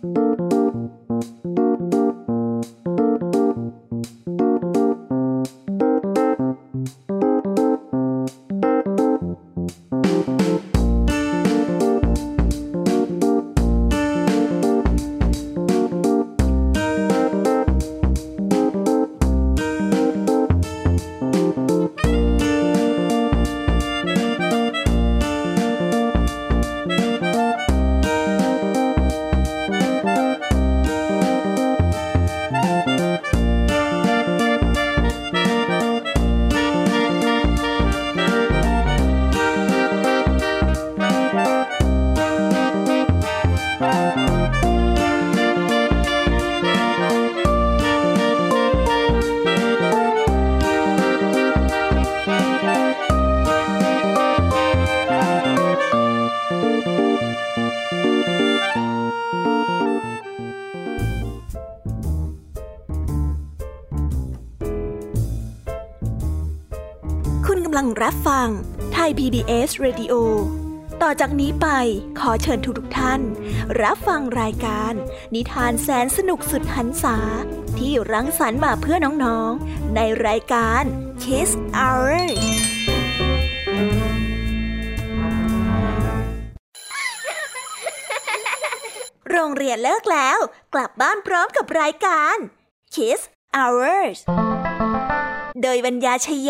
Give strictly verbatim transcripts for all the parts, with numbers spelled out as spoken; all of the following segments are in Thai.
กำลังรับฟังไทย พี บี เอส Radio ต่อจากนี้ไปขอเชิญทุกท่านรับฟังรายการนิทานแสนสนุกสุดหรรษาที่รังสรรค์มาเพื่อน้องๆในรายการ Kids Hourโรงเรียนเลิกแล้วกลับบ้านพร้อมกับรายการ Kids Hours โดยบรรยาชโย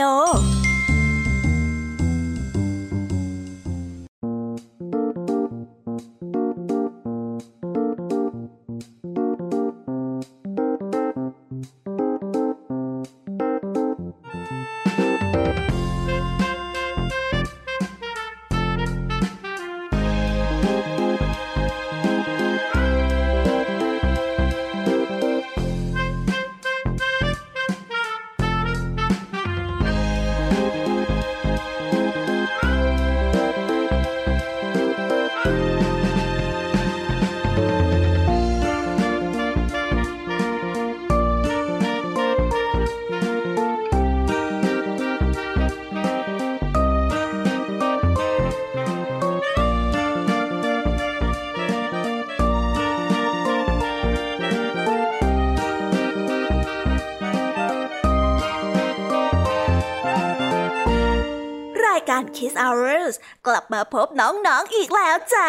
การ Kids Hours กลับมาพบน้องๆ อีกแล้วจ้า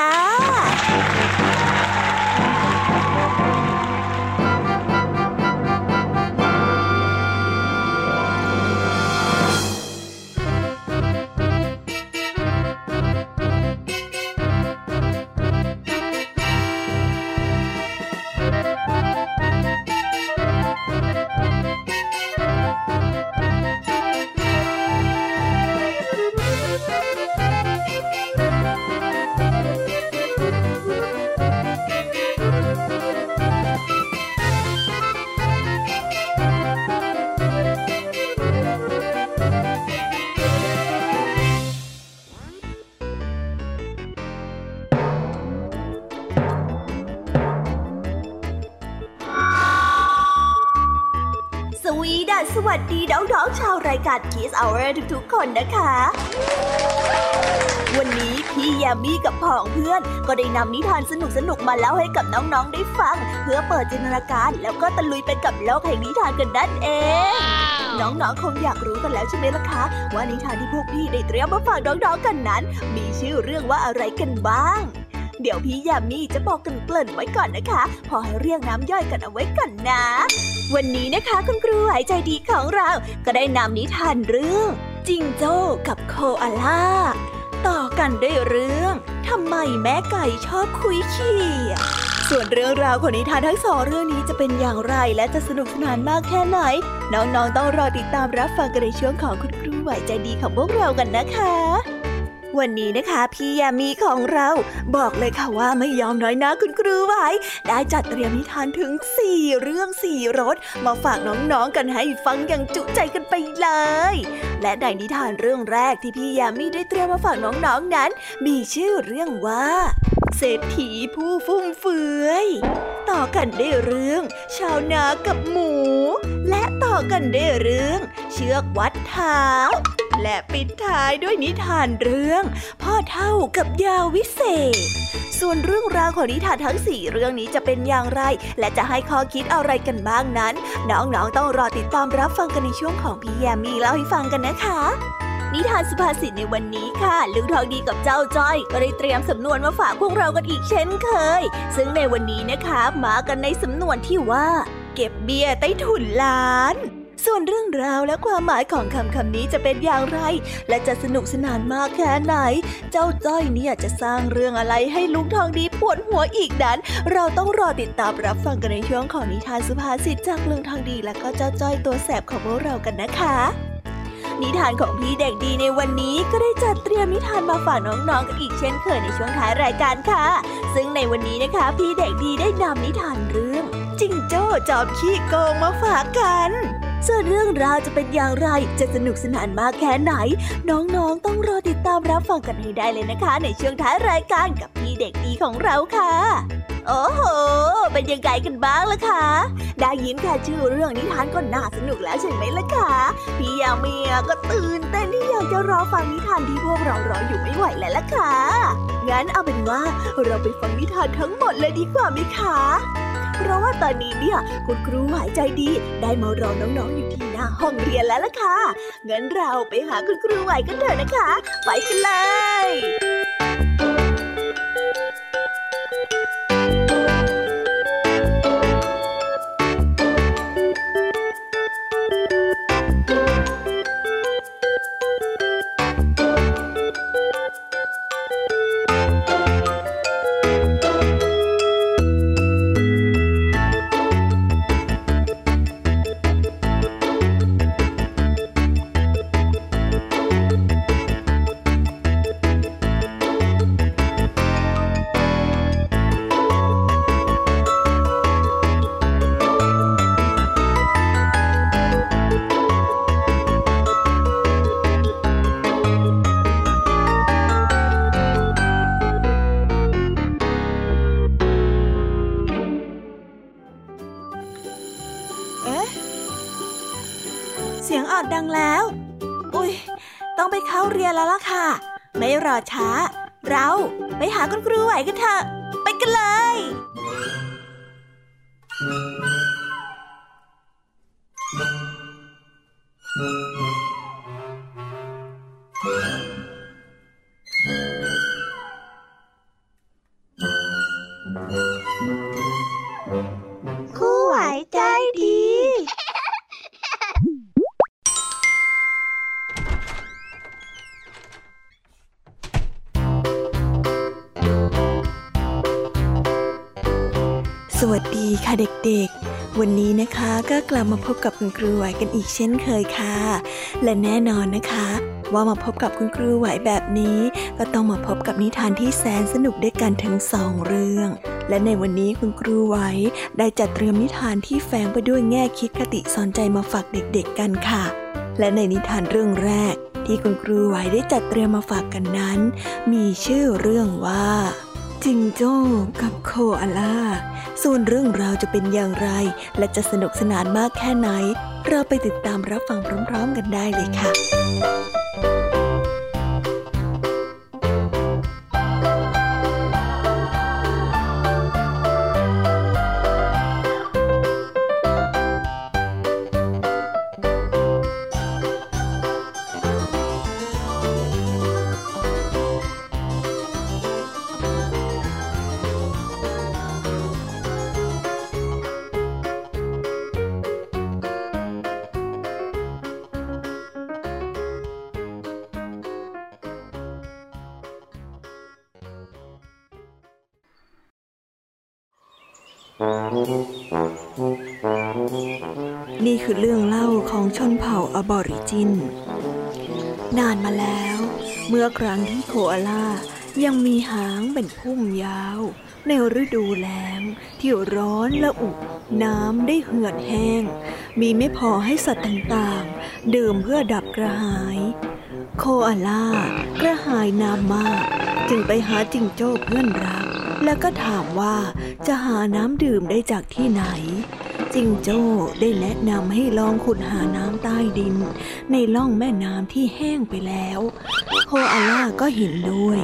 สวัสดีน้องๆชาวรายการ Kids Hour ทุกๆคนนะคะวันนี้พี่ยามีกับพ้องเพื่อนก็ได้นำนิทานสนุกๆมาเล่าให้กับน้องๆได้ฟังเพื่อเปิดจินตนาการแล้วก็ตะลุยไปกับโลกแห่งนิทานกันนั่นเองน้องๆคงอยากรู้กันแล้วใช่ไหมล่ะคะว่านิทานที่พวกพี่ได้เตรียมมาฝากน้องๆกันนั้นมีชื่อเรื่องว่าอะไรกันบ้างเดี๋ยวพี่ยามีจะบอกกันเกริ่นไว้ก่อนนะคะพอให้เรียกน้ำย่อยกันเอาไว้ก่อนนะวันนี้นะคะคุณครูหายใจดีของเราก็ได้นำนิทานเรื่องจิงโจ้กับโคอาล่าต่อกันด้วยเรื่องทำไมแม่ไก่ชอบคุยเขี่ยส่วนเรื่องราวของนิทานทั้งสองเรื่องนี้จะเป็นอย่างไรและจะสนุกสนานมากแค่ไหนน้องๆต้องรอติดตามรับฟังกันในช่วงของคุณครูหายใจดีของพวกเรากันนะคะวันนี้นะคะพี่ยามีของเราบอกเลยค่ะว่าไม่ยอมน้อยหน้าคุณครูไว้ได้จัดเตรียมนิทานถึงสี่เรื่องสี่รสมาฝากน้องๆกันให้ฟังอย่างจุใจกันไปเลยและในนิทานเรื่องแรกที่พี่ยามีได้เตรียมมาฝากน้องๆนั้นมีชื่อเรื่องว่าเศรษฐีผู้ฟุ่มเฟือยต่อกันได้เรื่องชาวนากับหมูและต่อกันได้เรื่องเชือกวัดเท้าและปิดท้ายด้วยนิทานเรื่องพ่อเฒ่ากับยาวิเศษส่วนเรื่องราวของนิทานทั้งสี่เรื่องนี้จะเป็นอย่างไรและจะให้ข้อคิดอะไรกันบ้างนั้นน้องๆต้องรอติดตามรับฟังกันในช่วงของพี่แยมมี่เล่าให้ฟังกันนะคะนิทานสุภาษิตในวันนี้ค่ะลุงทองดีกับเจ้าจ้อยก็ได้เตรียมสำนวนมาฝากพวกเรากันอีกเช่นเคยซึ่งในวันนี้นะคะมากันในสำนวนที่ว่าเก็บเบี้ยใต้ถุนล้านส่วนเรื่องราวและความหมายของคำคำนี้จะเป็นอย่างไรและจะสนุกสนานมากแค่ไหนเจ้าจ้อยเนี่ยจะสร้างเรื่องอะไรให้ลุงทองดีปวดหัวอีกนั้นเราต้องรอติดตามรับฟังกันในช่วงของนิทานสุภาษิตจากลุงทองดีและก็เจ้าจ้อยตัวแสบของพวกเรากันนะคะนิทานของพี่เด็กดีในวันนี้ก็ได้จัดเตรียมนิทานมาฝากน้องๆกันอีกเช่นเคยในช่วงท้ายรายการค่ะซึ่งในวันนี้นะคะพี่เด็กดีได้นำนิทานเรื่องจิงโจ้จอมขี้โกงมาฝากกันส่วนเรื่องราวจะเป็นอย่างไรจะสนุกสนานมากแค่ไหนน้องๆต้องรอติดตามรับฟังกันให้ได้เลยนะคะในช่วงท้ายรายการกับพี่เด็กดีของเราค่ะโอ้โหเป็นยังไงกันบ้างล่ะคะได้ยินแค่ชื่อเรื่องนิทานก็น่าสนุกแล้วใช่ไหมล่ะคะพี่ยามีก็ตื่นเต้นที่อยากจะรอฟังนิทานที่พวกเรารออยู่ไม่ไหวแล้วล่ะค่ะงั้นเอาเป็นว่าเราไปฟังนิทานทั้งหมดเลยดีกว่าไหมคะเพราะว่าตอนนี้เนี่ยคุณครูหายใจดีได้มารอน้องๆอยู่ที่หน้าห้องเรียนแล้วล่ะค่ะงั้นเราไปหาคุณครูไหวกันเถอะนะคะไปกันเลยดังแล้วอุ๊ยต้องไปเข้าเรียนแล้วล่ะค่ะไม่รอช้าเราไปหาคุณครูไหวกันเถอะไปกันเลยครูไหวใจดีสวัสดีค่ะเด็กๆวันนี้นะคะก็กลับมาพบกับคุณครูไหวกันอีกเช่นเคยค่ะและแน่นอนนะคะว่ามาพบกับคุณครูไหวแบบนี้ก็ต้องมาพบกับนิทานที่แสนสนุกด้วยกันทั้งสองเรื่องและในวันนี้คุณครูไหวได้จัดเตรียมนิทานที่แฝงไปด้วยแง่คิดคติสอนใจมาฝากเด็กๆกันค่ะและในนิทานเรื่องแรกที่คุณครูไหวได้จัดเตรียมมาฝากกันนั้นมีชื่อเรื่องว่าจิงโจ้กับโคอาล่าส่วนเรื่องราวจะเป็นอย่างไรและจะสนุกสนานมากแค่ไหนเราไปติดตามรับฟังพร้อมๆกันได้เลยค่ะนี่คือเรื่องเล่าของชนเผ่าอบอริจินนานมาแล้วเมื่อครั้งที่โคอาล่ายังมีหางเป็นพุ่มยาวในฤดูแล้งที่ร้อนและอุน้ำได้เหือดแห้งมีไม่พอให้สัตว์ต่างๆดื่มเพื่อดับกระหายโคอาล่ากระหายน้ำมากจึงไปหาจิงโจ้เพื่อนรักแล้วก็ถามว่าจะหาน้ำดื่มได้จากที่ไหนจิงโจ้ได้แนะนำให้ลองขุดหาน้ำใต้ดินในร่องแม่น้ำที่แห้งไปแล้วโคอาล่าก็เห็นด้วย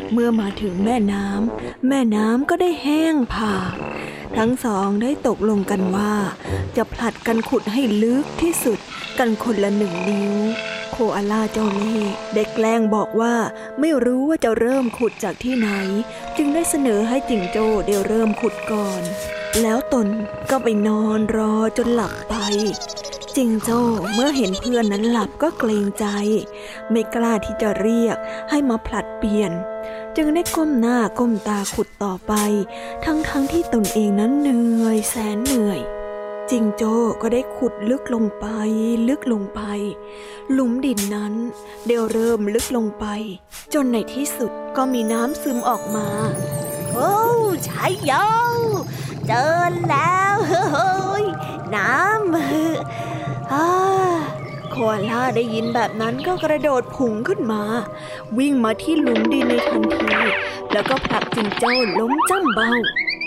เมื่อมาถึงแม่น้ำแม่น้ำก็ได้แห้งผากทั้งสองได้ตกลงกันว่าจะผลัดกันขุดให้ลึกที่สุดกันคนละหนึ่งนิ้วโคอาล่าเจ้าเล่ห์ได้แกล้งบอกว่าไม่รู้ว่าจะเริ่มขุดจากที่ไหนจึงได้เสนอให้จิงโจ้ได้เริ่มขุดก่อนแล้วตนก็ไปนอนรอจนหลับไปจิงโจ้เมื่อเห็นเพื่อนนั้นหลับก็เกรงใจไม่กล้าที่จะเรียกให้มาผลัดเปลี่ยนจึงได้ก้มหน้าก้มตาขุดต่อไปทั้งๆ ท, ที่ตนเองนั้นเหนื่อยแสนเหนื่อยจิงโจ้ก็ได้ขุดลึกลงไปลึกลงไปหลุมดินนั้นได้เริ่มลึกลงไปจนในที่สุดก็มีน้ำซึมออกมาโอ้ชัยโยเจอแล้วเฮ้ยน้ำฮ่าโคอาล่าได้ยินแบบนั้นก็กระโดดพุ่งขึ้นมาวิ่งมาที่หลุมดินในทันทีแล้วก็ผลักจิงโจ้ล้มจ้ำเบ้า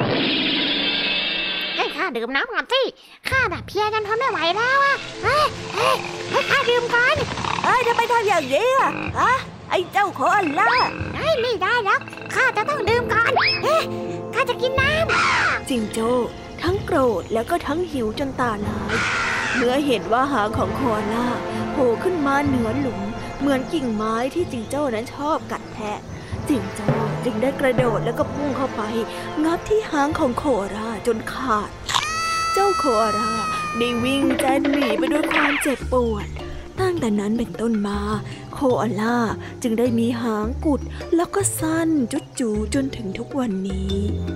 ให้ข้าดื่มน้ำก่อนสิข้าแบบเพียจนทนไม่ไหวแล้วอ่ะเฮ้ยเฮ้ยให้ข้าดื่มก่อนเฮ้ยจะไปทำอย่างนี้อ่ะฮะไอ้เจ้าโคอาล่าเฮ้ยไม่ได้หรอกข้าจะต้องดื่มก่อนเฮ้ยข้าจะกินน้ำจิงโจ้ทั้งโกรธแล้วก็ทั้งหิวจนตาลายเมื่อเห็นว่าหางของโคอาล่าโผล่ขึ้นมาเหนือหลุมเหมือนกิ่งไม้ที่จิงโจ้นั้นชอบกัดแทะจิงโจ้จึงได้กระโดดแล้วก็พุ่งเข้าไปงับที่หางของโคอาล่าจนขาดเจ้าโคอาล่าได้วิ่งแจ้นหนีไปด้วยความเจ็บปวดตั้งแต่นั้นเป็นต้นมาโคอาล่าจึงได้มีหางกุดแล้วก็สั้นจุดจูจนถึงทุกวันนี้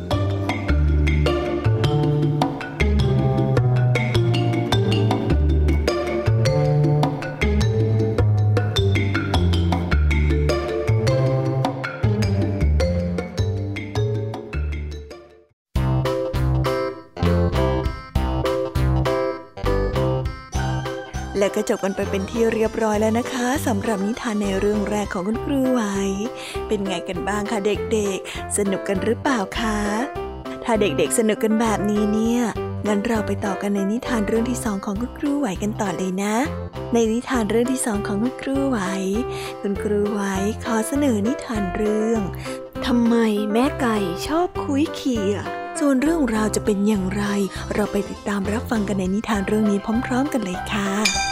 และก็จบกันไปเป็นที่เรียบร้อยแล้วนะคะสำหรับนิทานในเรื่องแรกของคุณครูไหวเป็นไงกันบ้างคะเด็กๆสนุกกันหรือเปล่าคะถ้าเด็กๆสนุกกันแบบนี้เนี่ยงั้นเราไปต่อกันในนิทานเรื่องที่สองของคุณครูไหวกันต่อเลยนะในนิทานเรื่องที่สองของคุณครูไหวคุณครูไหวขอเสนอนิทานเรื่องทำไมแม่ไก่ชอบคุ้ยเขี่ยส่วนเรื่องราวจะเป็นอย่างไรเราไปติดตามรับฟังกันในนิทานเรื่องนี้พร้อมๆกันเลยค่ะ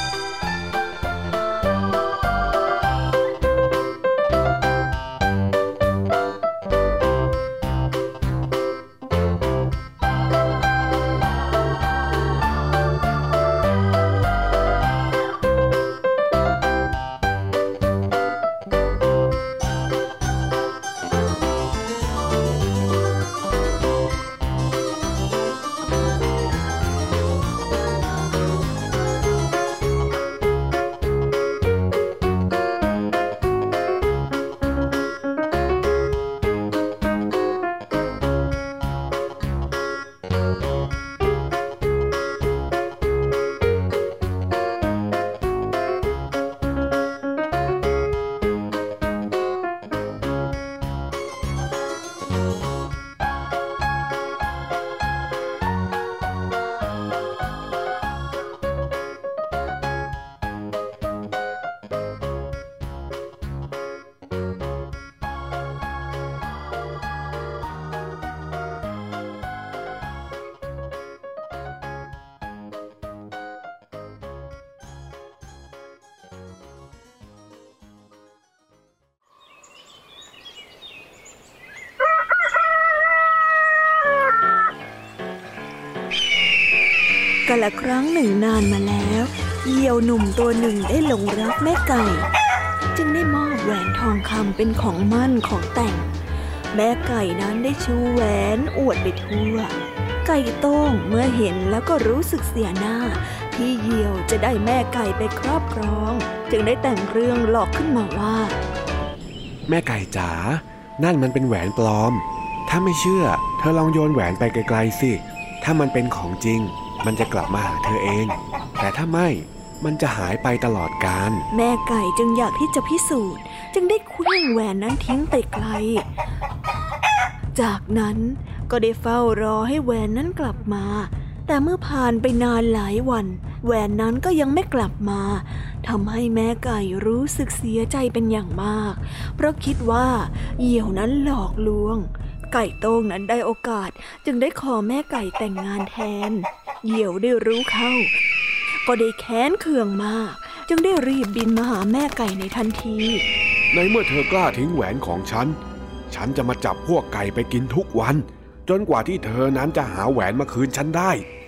กาลครั้งหนึ่งนานมาแล้วเหยี่ยวหนุ่มตัวหนึ่งได้หลงรักแม่ไก่จึงได้มอบแหวนทองคำเป็นของมั่นของแต่งแม่ไก่นั้นได้ชูแหวนอวดไปทั่วไก่โต้งเมื่อเห็นแล้วก็รู้สึกเสียหน้าที่เหยี่ยวจะได้แม่ไก่ไปครอบครองจึงได้แต่งเรื่องหลอกขึ้นมาว่าแม่ไก่จ๋านั่นมันเป็นแหวนปลอมถ้าไม่เชื่อเธอลองโยนแหวนไปไกลๆสิถ้ามันเป็นของจริงมันจะกลับมาหาเธอเองแต่ถ้าไม่มันจะหายไปตลอดกาลแม่ไก่จึงอยากที่จะพิสูจน์จึงได้เคลื่อนแหวนนั้นทิ้งไปไกลจากนั้นก็ได้เฝ้ารอให้แหวนนั้นกลับมาแต่เมื่อผ่านไปนานหลายวันแหวนนั้นก็ยังไม่กลับมาทำให้แม่ไก่รู้สึกเสียใจเป็นอย่างมากเพราะคิดว่าเหยี่ยวนั้นหลอกลวงไก่โต้งนั้นได้โอกาสจึงได้ขอแม่ไก่แต่งงานแทนเหยี่ยวได้รู้เข้าก็ได้แค้นเคืองมากจึงได้รีบบินมาหาแม่ไก่ในทันทีในเมื่อเธอกล้าทิ้งแหวนของฉันฉันจะมาจับพวกไก่ไปกินทุกวันจนกว่าที่เธอนั้นจะหาแหวนมาคืนฉันได้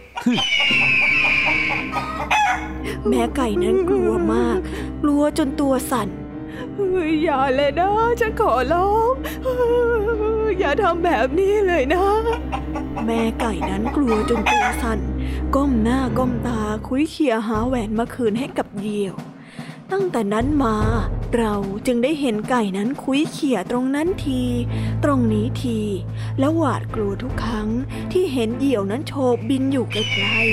แม่ไก่นั้นกลัวมากกลัวจนตัวสั่นอย่าเลยนะฉันขอร้องอย่าทำแบบนี้เลยนะแม่ไก่นั้นกลัวจนตัวสั่นก้มหน้าก้มตาคุ้ยเขี่ยหาแหวนมาคืนให้กับเหยี่ยวตั้งแต่นั้นมาเราจึงได้เห็นไก่นั้นคุ้ยเขี่ยตรงนั้นทีตรงนี้ทีแล้วหวาดกลัวทุกครั้งที่เห็นเหยี่ยวนั้นโฉบบินอยู่ไกลๆ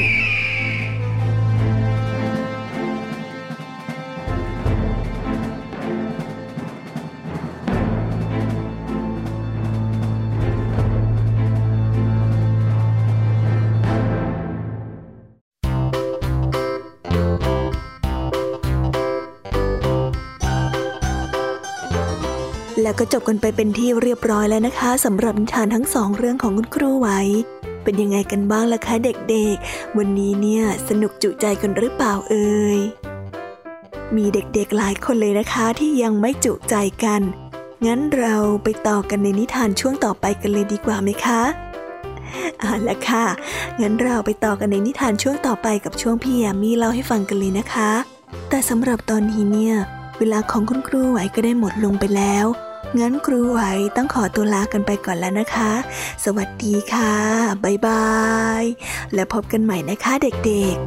แล้วก็จบกันไปเป็นที่เรียบร้อยแล้วนะคะสำหรับนิทานทั้งสองเรื่องของคุณครูไหวเป็นยังไงกันบ้างล่ะคะเด็กๆวันนี้เนี่ยสนุกจุใจกันหรือเปล่าเอ่ยมีเด็กๆหลายคนเลยนะคะที่ยังไม่จุใจกันงั้นเราไปต่อกันในนิทานช่วงต่อไปกันเลยดีกว่าไหมคะเอาล่ะค่ะงั้นเราไปต่อกันในนิทานช่วงต่อไปกับช่วงพี่ยามีเล่าให้ฟังกันเลยนะคะแต่สำหรับตอนนี้เนี่ยเวลาของคุณครูไหวก็ได้หมดลงไปแล้วงั้นครูไหวต้องขอตัวลากันไปก่อนแล้วนะคะสวัสดีค่ะบ๊ายบายแล้วพบกันใหม่นะคะเด็กๆ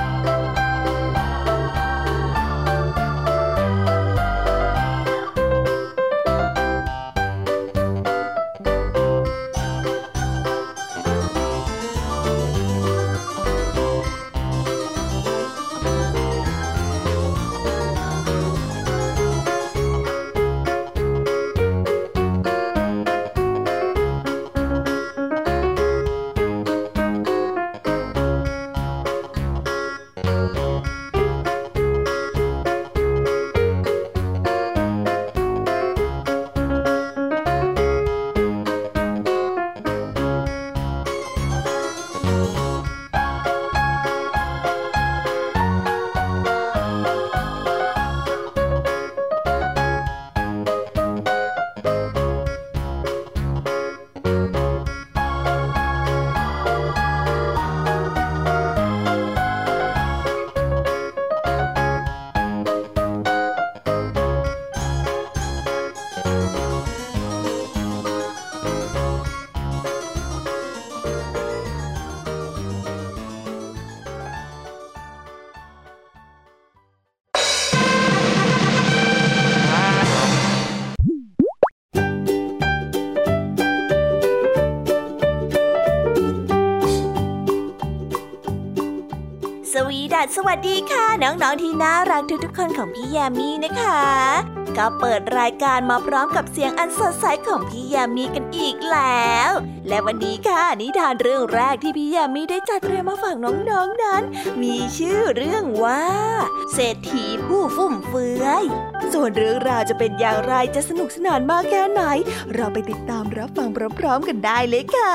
สวัสดีค่ะน้องๆที่น่ารักทุกๆคนของพี่ยามีนะคะก็เปิดรายการมาพร้อมกับเสียงอันสดใสของพี่ยามีกันอีกแล้วและวันนี้ค่ะนิทานเรื่องแรกที่พี่ยามีได้จัดเตรียมมาฝากน้องๆนั้นมีชื่อเรื่องว่าเศรษฐีผู้ฟุ่มเฟือยส่วนเรื่องราวจะเป็นอย่างไรจะสนุกสนานมากแค่ไหนเราไปติดตามรับฟังพร้อมๆกันได้เลยค่ะ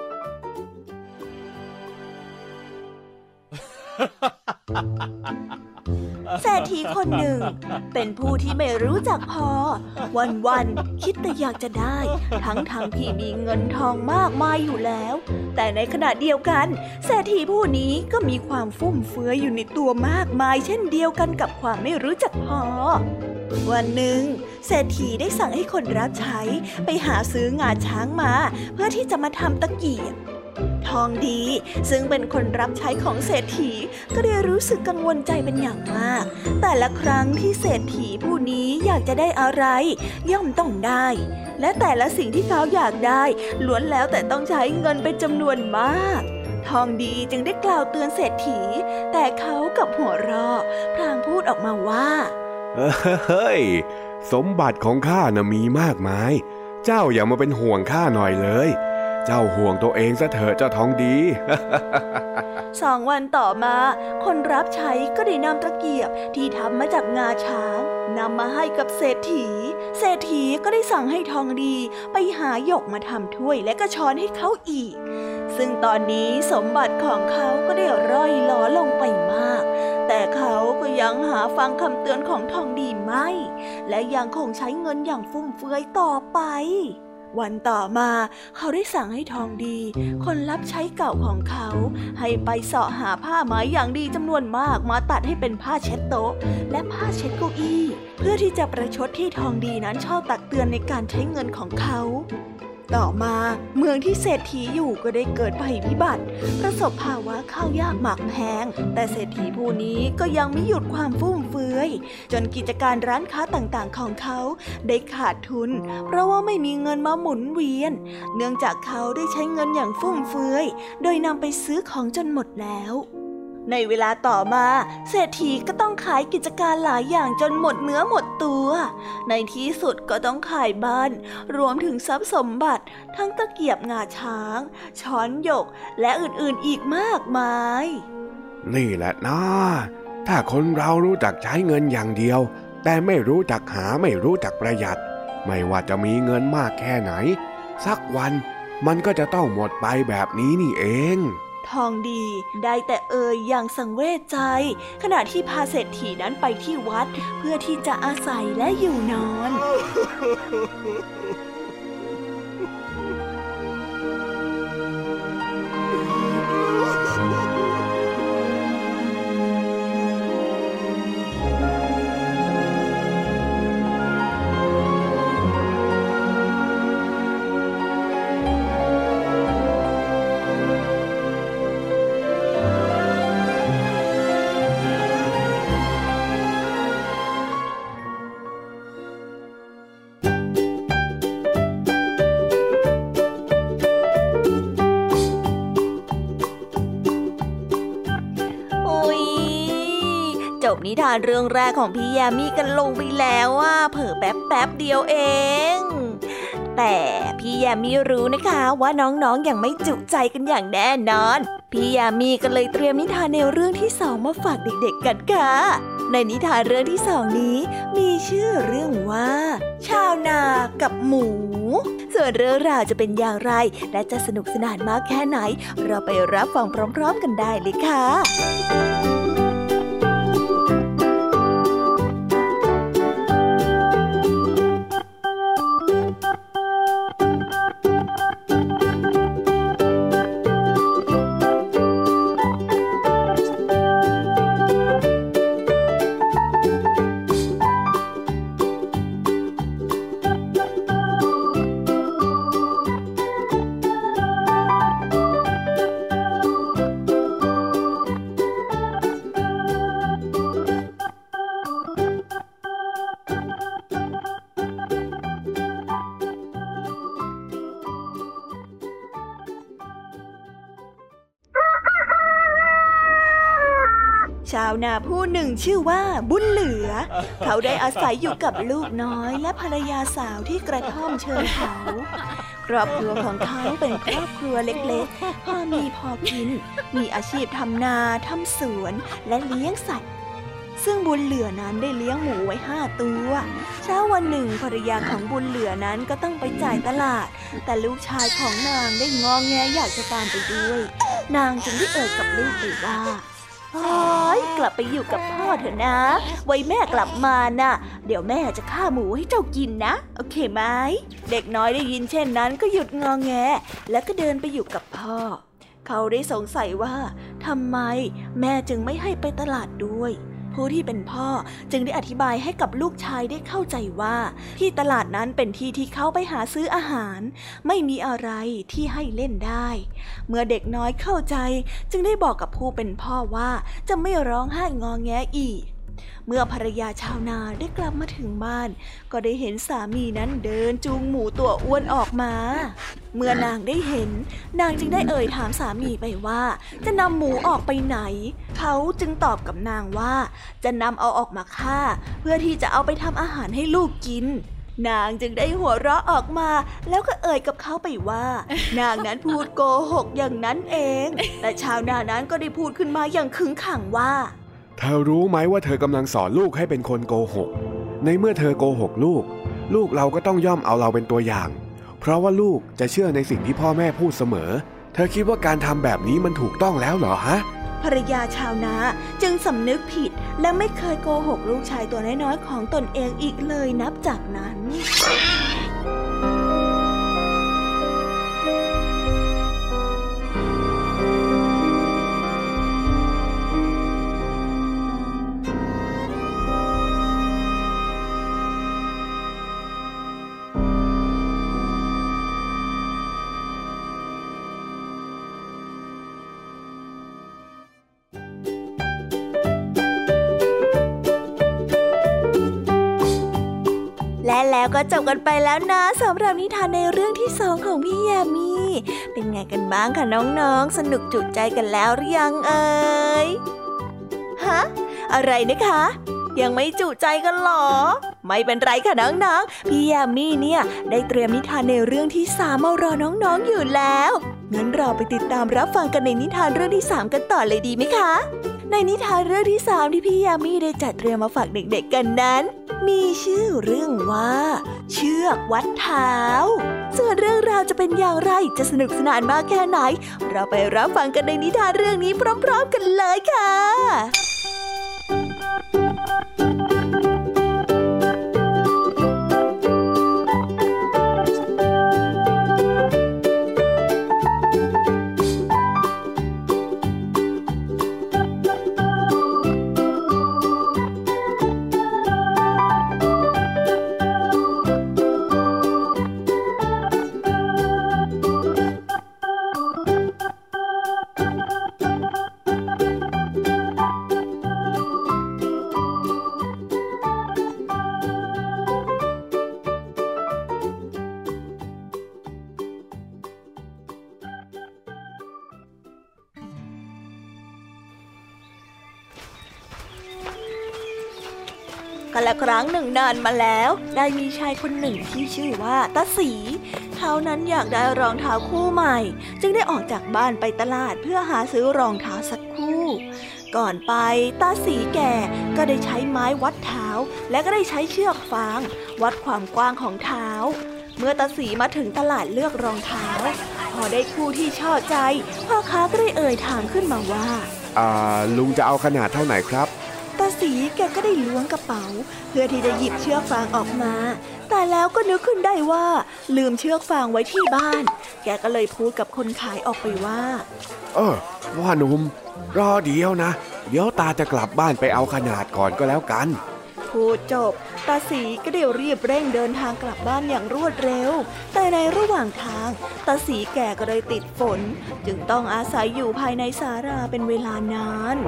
อเศรษฐีคนหนึ่งเป็นผู้ที่ไม่รู้จักพอวันๆคิดแต่อยากจะได้ทั้งๆ ท, ที่มีเงินทองมากมายอยู่แล้วแต่ในขณะเดียวกันเศรษฐีผู้นี้ก็มีความฟุ่มเฟือยอยู่ในตัวมากมายเช่นเดียวกันกับความไม่รู้จักพอวันหนึ่งเศรษฐีได้สั่งให้คนรับใช้ไปหาซื้องาช้างมาเพื่อที่จะมาทำตะเกียบทองดีซึ่งเป็นคนรับใช้ของเศรษฐีก็ได้รู้สึกกังวลใจเป็นอย่างมากแต่ละครั้งที่เศรษฐีผู้นี้อยากจะได้อะไรย่อมต้องได้และแต่ละสิ่งที่เขาอยากได้ล้วนแล้วแต่ต้องใช้เงินเป็นจำนวนมากทองดีจึงได้กล่าวเตือนเศรษฐีแต่เขากับหัวเราะพลางพูดออกมาว่าเฮ้ยสมบัติของข้าน่ะมีมากมายเจ้าอย่ามาเป็นห่วงข้าหน่อยเลยเจ้าห่วงตัวเองซะเถอะเจ้าทองดีสองวันต่อมาคนรับใช้ก็ได้นำตะเกียบที่ทำมาจากงาช้างนำมาให้กับเศรษฐีเศรษฐีก็ได้สั่งให้ทองดีไปหาหยกมาทำถ้วยและก็ช้อนให้เขาอีกซึ่งตอนนี้สมบัติของเขาก็ได้ร่อยหรอลงไปมากแต่เขาก็ยังหาฟังคำเตือนของทองดีไม่และยังคงใช้เงินอย่างฟุ่มเฟือยต่อไปวันต่อมาเขาได้สั่งให้ทองดีคนรับใช้เก่าของเขาให้ไปเสาะหาผ้าไหมอย่างดีจำนวนมากมาตัดให้เป็นผ้าเช็ดโต๊ะและผ้าเช็ดเก้าอี้เพื่อที่จะประชดที่ทองดีนั้นชอบตักเตือนในการใช้เงินของเขาต่อมาเมืองที่เศรษฐีอยู่ก็ได้เกิดภัยพิบัติประสบภาวะข้าวยากหมากแพงแต่เศรษฐีผู้นี้ก็ยังไม่หยุดความฟุ่มเฟือยจนกิจการร้านค้าต่างๆของเขาได้ขาดทุนเพราะว่าไม่มีเงินมาหมุนเวียนเนื่องจากเขาได้ใช้เงินอย่างฟุ่มเฟือยโดยนำไปซื้อของจนหมดแล้วในเวลาต่อมาเศรษฐีก็ต้องขายกิจการหลายอย่างจนหมดเนื้อหมดตัวในที่สุดก็ต้องขายบ้านรวมถึงทรัพย์สมบัติทั้งตะเกียบงาช้างช้อนหยกและอื่นๆอีกมากมายนี่แหละนะถ้าคนเรารู้จักใช้เงินอย่างเดียวแต่ไม่รู้จักหาไม่รู้จักประหยัดไม่ว่าจะมีเงินมากแค่ไหนสักวันมันก็จะต้องหมดไปแบบนี้นี่เองทองดีได้แต่เอ่ยอย่างสังเวชใจขณะที่พาเศรษฐีนั้นไปที่วัดเพื่อที่จะอาศัยและอยู่นอน บนิทานเรื่องแรกของพี่แยมมี่กันลงไปแล้วว่าเผลอแป๊บแป๊บเดียวเองแต่พี่แยมมี่รู้นะคะว่าน้องๆ อ, ยังไม่จุใจกันอย่างแน่นอนพี่แยมมี่ก็เลยเตรียมนิทานแนวเรื่องที่สองมาฝากเด็กๆกันค่ะในนิทานเรื่องที่สองนี้มีชื่อเรื่องว่าชาวนากับหมูส่วนเรื่องราวจะเป็นอย่างไรและจะสนุกสนานมากแค่ไหนเราไปรับฟังพร้อมๆกันได้เลยค่ะชาวนาผู้หนึ่งชื่อว่าบุญเหลือเขาได้อาศัยอยู่กับลูกน้อยและภรรยาสาวที่กระท่อมเชิงเขาครอบครัวของเขาเป็นครอบครัวเล็กๆพอมีพอกินมีอาชีพทำนาทำสวนและเลี้ยงสัตว์ซึ่งบุญเหลือนั้นได้เลี้ยงหมูไว้ห้าตัวเช้าวันหนึ่งภรรยาของบุญเหลือนั้นก็ต้องไปจ่ายตลาดแต่ลูกชายของนางได้งอแงอยากจะตามไปด้วยนางจึงได้เอ่ยกับลูกไปว่าโอ้ยกลับไปอยู่กับพ่อเถอะนะไว้แม่กลับมาน่ะเดี๋ยวแม่จะฆ่าหมูให้เจ้ากินนะโอเคไหมเด็กน้อยได้ยินเช่นนั้นก็หยุดงอแงแล้วก็เดินไปอยู่กับพ่อเขาได้สงสัยว่าทำไมแม่จึงไม่ให้ไปตลาดด้วยผู้ที่เป็นพ่อจึงได้อธิบายให้กับลูกชายได้เข้าใจว่าที่ตลาดนั้นเป็นที่ที่เขาไปหาซื้ออาหารไม่มีอะไรที่ให้เล่นได้เมื่อเด็กน้อยเข้าใจจึงได้บอกกับผู้เป็นพ่อว่าจะไม่ร้องไห้งอแงอีกเมื่อภรรยาชาวนาได้กลับมาถึงบ้านก็ได้เห็นสามีนั้นเดินจูงหมูตัวอ้วนออกมาเมื่อนางได้เห็นนางจึงได้เอ่ยถามสามีไปว่าจะนำหมูออกไปไหนเขาจึงตอบกับนางว่าจะนำเอาออกมาฆ่าเพื่อที่จะเอาไปทำอาหารให้ลูกกินนางจึงได้หัวเราะออกมาแล้วก็เอ่ยกับเขาไปว่านางนั้นพูดโกหกอย่างนั้นเองแต่ชาวนานั้นก็ได้พูดขึ้นมาอย่างขึงขังว่าเธอรู้ไหมว่าเธอกำลังสอนลูกให้เป็นคนโกหกในเมื่อเธอโกหกลูกลูกเราก็ต้องย่อมเอาเราเป็นตัวอย่างเพราะว่าลูกจะเชื่อในสิ่งที่พ่อแม่พูดเสมอเธอคิดว่าการทำแบบนี้มันถูกต้องแล้วเหรอฮะภรรยาชาวนาจึงสำนึกผิดและไม่เคยโกหกลูกชายตัวน้อยๆของตนเองอีกเลยนับจากนั้นและแล้วก็จบกันไปแล้วนะสำหรับนิทานในเรื่องที่สองของพี่ยามีเป็นไงกันบ้างคะน้องๆสนุกจุใจกันแล้วหรือยังเอ่ยฮะอะไรนะคะยังไม่จุใจกันหรอไม่เป็นไรค่ะน้องๆพี่ยามีเนี่ยได้เตรียมนิทานในเรื่องที่สามมารอน้องๆอยู่แล้วงั้นเราไปติดตามรับฟังกันในนิทานเรื่องที่สามกันต่อเลยดีไหมคะในนิทานเรื่องที่สามที่พี่ยามีได้จัดเตรียมมาฝากเด็กๆกันนั้นมีชื่อเรื่องว่าเชือกวัดเท้าส่วนเรื่องราวจะเป็นอย่างไรจะสนุกสนานมากแค่ไหนเราไปรับฟังกันในนิทานเรื่องนี้พร้อมๆกันเลยค่ะกันละครั้งหนึ่งนานมาแล้วได้มีชายคนหนึ่งที่ชื่อว่าตาสีเขานั้นอยากได้รองเท้าคู่ใหม่จึงได้ออกจากบ้านไปตลาดเพื่อหาซื้อรองเท้าสักคู่ก่อนไปตาสีแก่ก็ได้ใช้ไม้วัดเท้าและก็ได้ใช้เชือกฟางวัดความกว้างของเท้าเมื่อตาสีมาถึงตลาดเลือกรองเท้าพอได้คู่ที่ชอบใจพ่อค้าก็ได้เอ่ยถามขึ้นมาว่าอ่าลุงจะเอาขนาดเท่าไหร่ครับตาสีแกก็ได้ล้วงกระเป๋าเพื่อที่จะหยิบเชือกฟางออกมาแต่แล้วก็นึกขึ้นได้ว่าลืมเชือกฟางไว้ที่บ้านแกก็เลยพูดกับคนขายออกไปว่าเออว่าหนุ่มรอเดี๋ยวนะเดี๋ยวตาจะกลับบ้านไปเอาขนาดก่อนก็แล้วกันพูดจบตาสีก็ได้รีบเร่งเดินทางกลับบ้านอย่างรวดเร็วแต่ในระหว่างทางตาสีแกก็เลยติดฝนจึงต้องอาศัยอยู่ภายในศาลาเป็นเวลานาน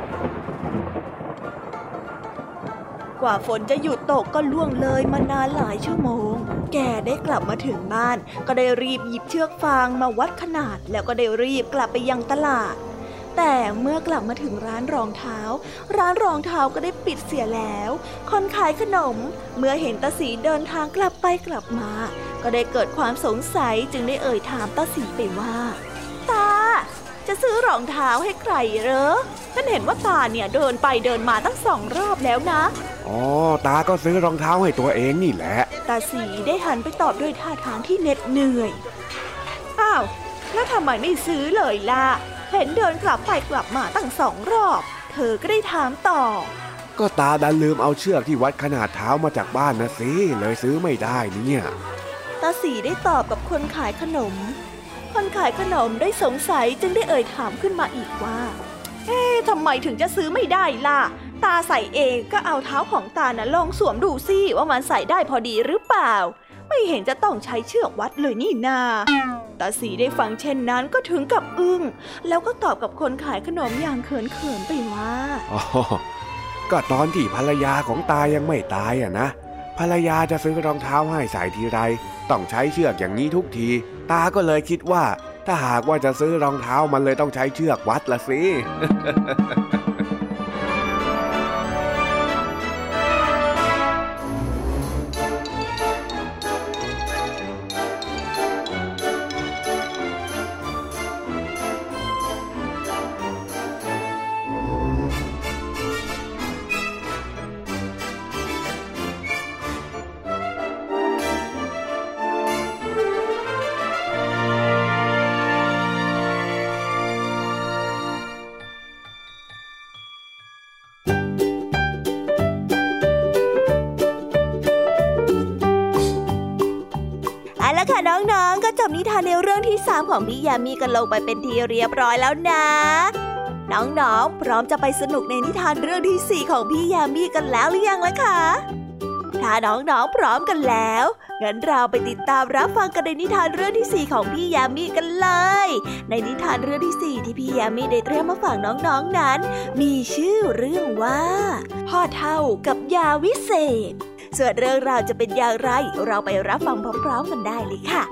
กว่าฝนจะหยุดตกก็ล่วงเลยมานานหลายชั่วโมงแกได้กลับมาถึงบ้านก็ได้รีบหยิบเชือกฟางมาวัดขนาดแล้วก็ได้รีบกลับไปยังตลาดแต่เมื่อกลับมาถึงร้านรองเท้าร้านรองเท้าก็ได้ปิดเสียแล้วคนขายขนมเมื่อเห็นตาสีเดินทางกลับไปกลับมาก็ได้เกิดความสงสัยจึงได้เอ่ยถามตาสีไปว่าตาจะซื้อรองเท้าให้ใครเหรอฉันเห็นว่าตาเนี่ยเดินไปเดินมาตั้งสองรอบแล้วนะอ๋อตาก็ซื้อรองเท้าให้ตัวเองนี่แหละตาสีได้หันไปตอบด้วยท่าทางที่เหน็ดเหนื่อยอ้าวแล้วทำไมไม่ซื้อเลยล่ะเห็นเดินกลับไปกลับมาตั้งสองรอบเธอก็ได้ถามต่อก็ตาดันลืมเอาเชือกที่วัดขนาดเท้ามาจากบ้านนะสิเลยซื้อไม่ได้เนี่ยตาสีได้ตอบกับคนขายขนมคนขายขนมได้สงสัยจึงได้เอ่ยถามขึ้นมาอีกว่าเอ๊ะทำไมถึงจะซื้อไม่ได้ล่ะตาใส่เองก็เอาเท้าของตาน่ะลองสวมดูสิว่ามันใส่ได้พอดีหรือเปล่าไม่เห็นจะต้องใช้เชือกวัดเลยนี่นาตาสีได้ฟังเช่นนั้นก็ถึงกับอึ้งแล้วก็ตอบกับคนขายขนมอย่างเขินๆไปว่าอ๋อก็ตอนที่ภรรยาของตายังไม่ตายอ่ะนะภรรยาจะซื้อรองเท้าให้ใส่ทีไรต้องใช้เชือกอย่างนี้ทุกทีตาก็เลยคิดว่าถ้าหากว่าจะซื้อรองเท้ามันเลยต้องใช้เชือกวัดละสิน้องๆก็จบนิทานในเรื่องที่สามของพี่ยามีกันลงไปเป็นที่เรียบร้อยแล้วนะน้องๆพร้อมจะไปสนุกในนิทานเรื่องที่สี่ของพี่ยามีกันแล้วหรือยังล่ะคะถ้าน้องๆพร้อมกันแล้วงั้นเราไปติดตามรับฟังกันในนิทานเรื่องที่สี่ของพี่ยามีกันเลยในนิทานเรื่องที่สี่ที่พี่ยามีได้เตรียมมาฝากน้องๆนั้นมีชื่อเรื่องว่าพ่อเฒ่ากับยาวิเศษส่วนเรื่องราวจะเป็นอย่างไรเราไปรับฟังพร้อมๆกันได้เลยค่ะ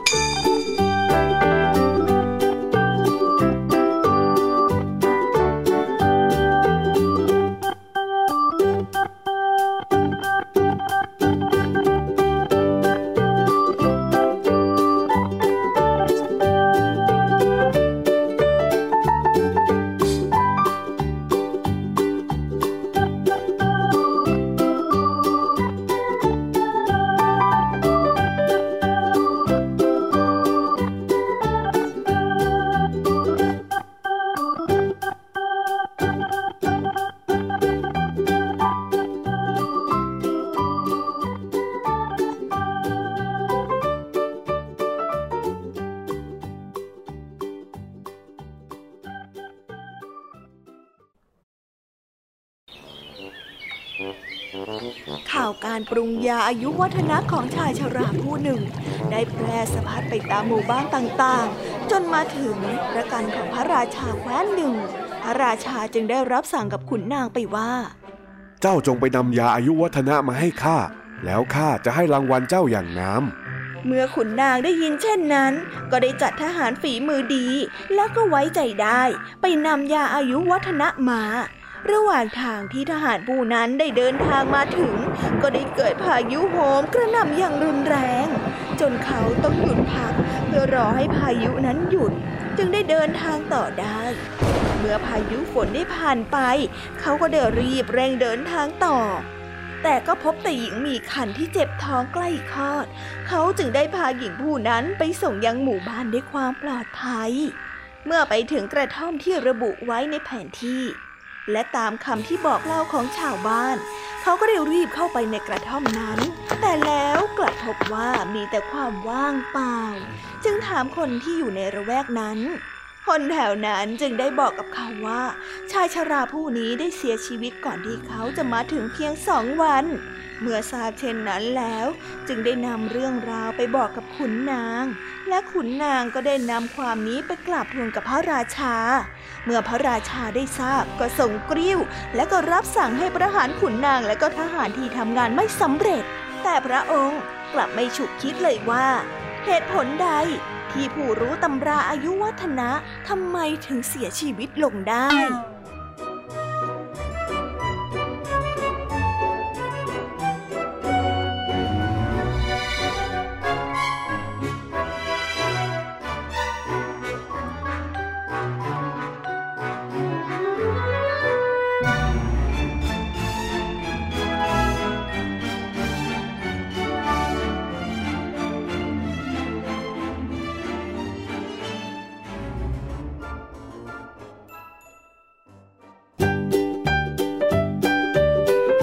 ข่าวการปรุงยาอายุวัฒนะของชายชราผู้หนึ่งได้แพร่สะพัดไปตามหมู่บ้านต่างๆจนมาถึงพระกันของพระราชาแคว้นหนึ่งพระราชาจึงได้รับสั่งกับขุนนางไปว่าเจ้าจงไปนำยาอายุวัฒนะมาให้ข้าแล้วข้าจะให้รางวัลเจ้าอย่างงามเมื่อขุนนางได้ยินเช่นนั้นก็ได้จัดทหารฝีมือดีแล้วก็ไว้ใจได้ไปนำยาอายุวัฒนะมาระหว่างทางที่ทหารผู้นั้นได้เดินทางมาถึงก็ได้เกิดพายุโหมกระหน่ำอย่างรุนแรงจนเขาต้องหยุดพักเพื่อรอให้พายุนั้นหยุดจึงได้เดินทางต่อได้เมื่อพายุฝนได้ผ่านไปเขาก็ได้รีบเร่งเดินทางต่อแต่ก็พบแต่หญิงมีครรภ์ที่เจ็บท้องใกล้คลอดเขาจึงได้พาหญิงผู้นั้นไปส่งยังหมู่บ้านด้วยความปลอดภัยเมื่อไปถึงกระท่อมที่ระบุไว้ในแผนที่และตามคำที่บอกเล่าของชาวบ้านเขาก็ได้รีบเข้าไปในกระท่อมนั้นแต่แล้วกลับพบว่ามีแต่ความว่างเปล่าจึงถามคนที่อยู่ในระแวกนั้นคนแถวนั้นจึงได้บอกกับเขาว่าชายชราผู้นี้ได้เสียชีวิตก่อนที่เขาจะมาถึงเพียงสองวันเมื่อทราบเช่นนั้นแล้วจึงได้นำเรื่องราวไปบอกกับขุนนางและขุนนางก็ได้นำความนี้ไปกราบทูลกับพระราชาเมื่อพระราชาได้ทราบก็ส่งกริ้วและก็รับสั่งให้ประหารขุนนางและก็ทหารที่ทำงานไม่สำเร็จแต่พระองค์กลับไม่ฉุกคิดเลยว่าเหตุผลใดที่ผู้รู้ตำราอายุวัฒนะทำไมถึงเสียชีวิตลงได้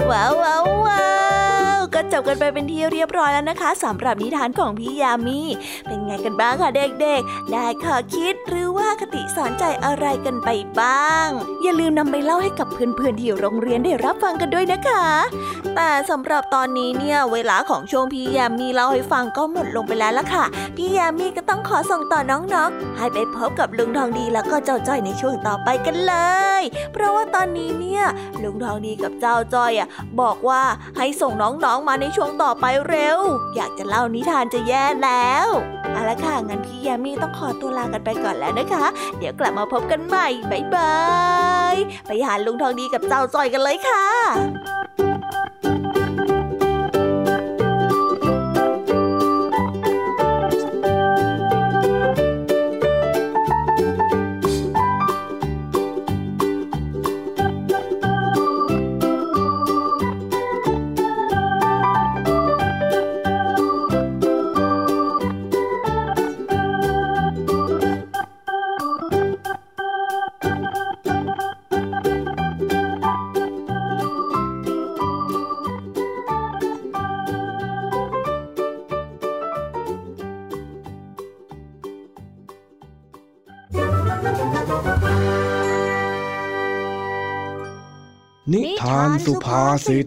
ว้าวว้าวว้าวก็จบกันไปเป็นที่เรียบร้อยแล้วนะคะสำหรับนิทานของพี่ยามีเป็นไงกันบ้างคะเด็กๆได้ข้อคิดหรือว่าคติสอนใจอะไรกันไปบ้างอย่าลืมนำไปเล่าให้กับเพื่อนๆที่โรงเรียนได้รับฟังกันด้วยนะคะแต่สำหรับตอนนี้เนี่ยเวลาของช่วงพี่ยามีเล่าให้ฟังก็หมดลงไปแล้วล่ะค่ะพี่ยามีก็ต้องขอส่งต่อน้องๆให้ไปพบกับลุงทองดีแล้วก็เจ้าจ้อยในช่วงต่อไปกันเลยเพราะว่าตอนนี้เนี่ยลุงทองดีกับเจ้าจ้อยอ่ะบอกว่าให้ส่งน้องๆมาในช่วงต่อไปเร็วอยากจะเล่านิทานจะแย่แล้วเอาละค่ะงั้นพี่ยามีต้องขอตัวลากันไปก่อนแล้วนะคะเดี๋ยวกลับมาพบกันใหม่บ๊ายบายไปหาลุงทองดีกับเจ้าจ้อยกันเลยค่ะนิทานสุภาษิต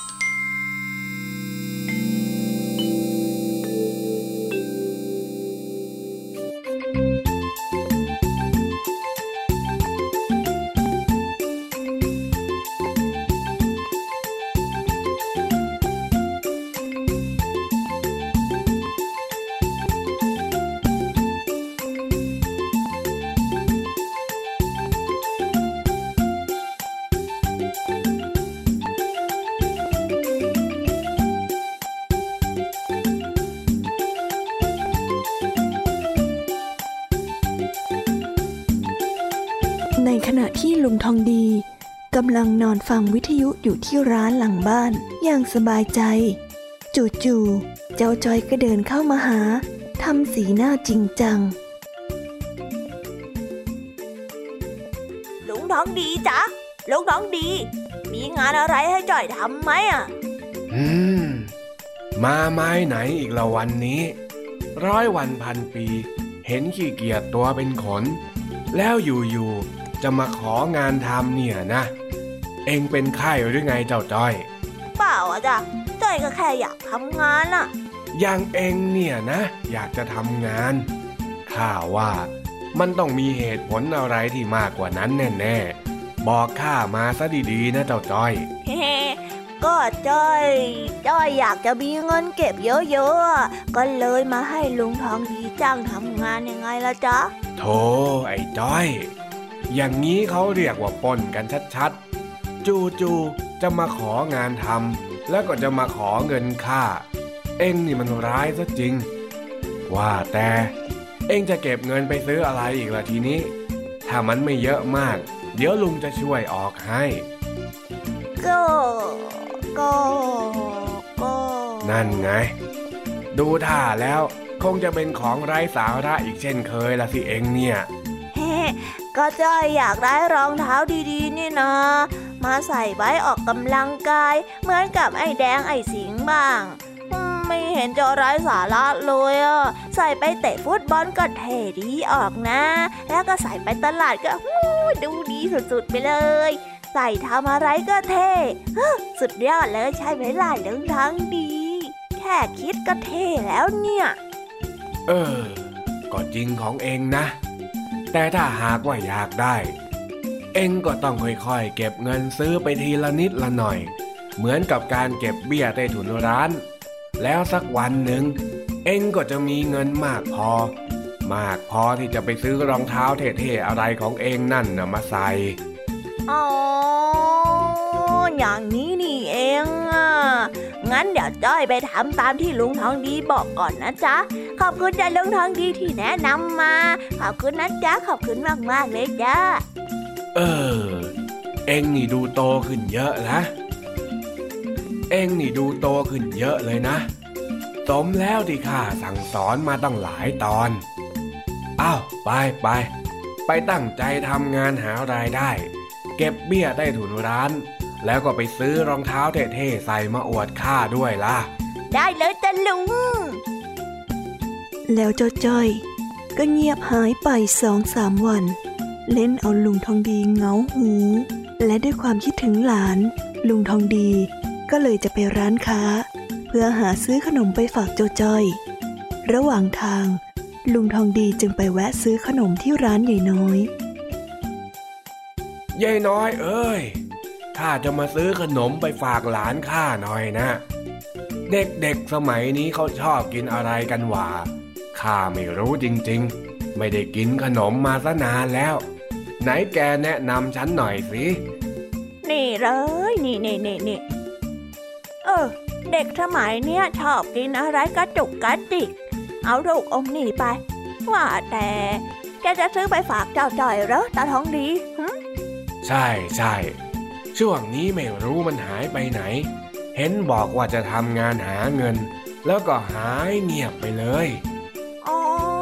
ในขณะที่ลุงทองดีกำลังนอนฟังวิทยุอยู่ที่ร้านหลังบ้านอย่างสบายใจจู่ๆเจ้าจ้อยก็เดินเข้ามาหาทำสีหน้าจริงจังลุงทองดีจ๊ะลุงทองดีมีงานอะไรให้จ้อยทำไหมอ่ะอืมมาไม้ไหนอีกละวันนี้ร้อยวันพันปีเห็นขี้เกียจตัวเป็นขนแล้วอยู่ๆจะมาของานทำเนี่ยนะเอ็งเป็นไข้หรือไงเจ้าจ้อยเปล่าอ่ะจ้ะจ้อยก็แค่อยากทำงานน่ะอย่างเอ็งเนี่ยนะอยากจะทำงานข้าว่ามันต้องมีเหตุผลอะไรที่มากกว่านั้นแน่ๆบอกข้ามาซะดีๆนะเจ้าจ้อยเฮ้ก็จ้อยจ้อยอยากจะมีเงินเก็บเยอะๆก็เลยมาให้ลุงทองดีจ้างทำงานยังไงล่ะจ๊ะโธ่ไอ้จ้อยอย่างนี้เขาเรียกว่าปล้นกันชัดๆจู่ๆจะมาของานทำแล้วก็จะมาขอเงินค่าเอ็งนี่มันร้ายซะจริงว่าแต่เอ็งจะเก็บเงินไปซื้ออะไรอีกล่ะทีนี้ถ้ามันไม่เยอะมากเดี๋ยวลุงจะช่วยออกให้ก็ก็ก็นั่นไงดูท่าแล้วคงจะเป็นของไร้สาระอีกเช่นเคยละสิเอ็งเนี่ยเฮ้ก็จ้อยอยากได้รองเท้าดีๆนี่นะมาใส่ไว้ออกกำลังกายเหมือนกับไอ้แดงไอ้สิงบ้างไม่เห็นจะไร้สาระเลยอ่ะใส่ไปเตะฟุตบอลก็เท่ดีออกนะแล้วก็ใส่ไปตลาดก็ดูดีสุดๆไปเลยใส่ทำอะไรก็เท่สุดยอดเลยใช่ไหมล่ะเรื่องทั้งดีแค่คิดก็เท่แล้วเนี่ยเออก็จริงของเองนะแต่ถ้าหากว่าอยากได้เองก็ต้องค่อยๆเก็บเงินซื้อไปทีละนิดละหน่อยเหมือนกับการเก็บเบี้ยใต้ถุนร้านแล้วสักวันหนึ่งเองก็จะมีเงินมากพอมากพอที่จะไปซื้อรองเท้าเท่ๆอะไรของเองนั่นนะมาใส่อ๋ออย่างนี้นี่เองอ่ะงั้นเดี๋ยวจ้อยไปทำตามที่ลุงทองดีบอกก่อนนะจ๊ะขอบคุณจ้ะลุงทองดีที่แนะนำมาขอบคุณนะจ๊ะขอบคุณมากๆเลยจ้ะเออเอ็งนี่ดูโตขึ้นเยอะนะเอ็งนี่ดูโตขึ้นเยอะเลยนะสมแล้วที่ข้าสั่งสอนมาตั้งหลายตอนอ้าวไปไปไปตั้งใจทำงานหารายได้เก็บเบี้ยใต้ถุนร้านแล้วก็ไปซื้อรองเท้าเท่ๆใส่มาอวดข้าด้วยล่ะได้เลยจ้ะลุงแล้วเจ้าจ้อยก็เงียบหายไปสองสามวันเล่นเอาลุงทองดีเหงาหูและด้วยความคิดถึงหลานลุงทองดีก็เลยจะไปร้านค้าเพื่อหาซื้อขนมไปฝากเจ้าจ้อยระหว่างทางลุงทองดีจึงไปแวะซื้อขนมที่ร้านยายน้อยยายน้อยเอ้ยข้าจะมาซื้อขนมไปฝากหลานข้าหน่อยนะเด็กๆสมัยนี้เขาชอบกินอะไรกันหว่าข้าไม่รู้จริงๆไม่ได้กินขนมมาซะนานแล้วไหนแกแนะนำฉันหน่อยสินี่เลยนี่นี่นี่นี่เออเด็กสมัยเนี้ยชอบกินอะไรกระจุกกระจิกเอาลูกอมนี่ไปว่าแต่แกจะซื้อไปฝากเจ้าจ้อยเหรอตาทองดีใช่ใช่ช่วงนี้ไม่รู้มันหายไปไหนเห็นบอกว่าจะทำงานหาเงินแล้วก็หายเงียบไปเลยอ๋อ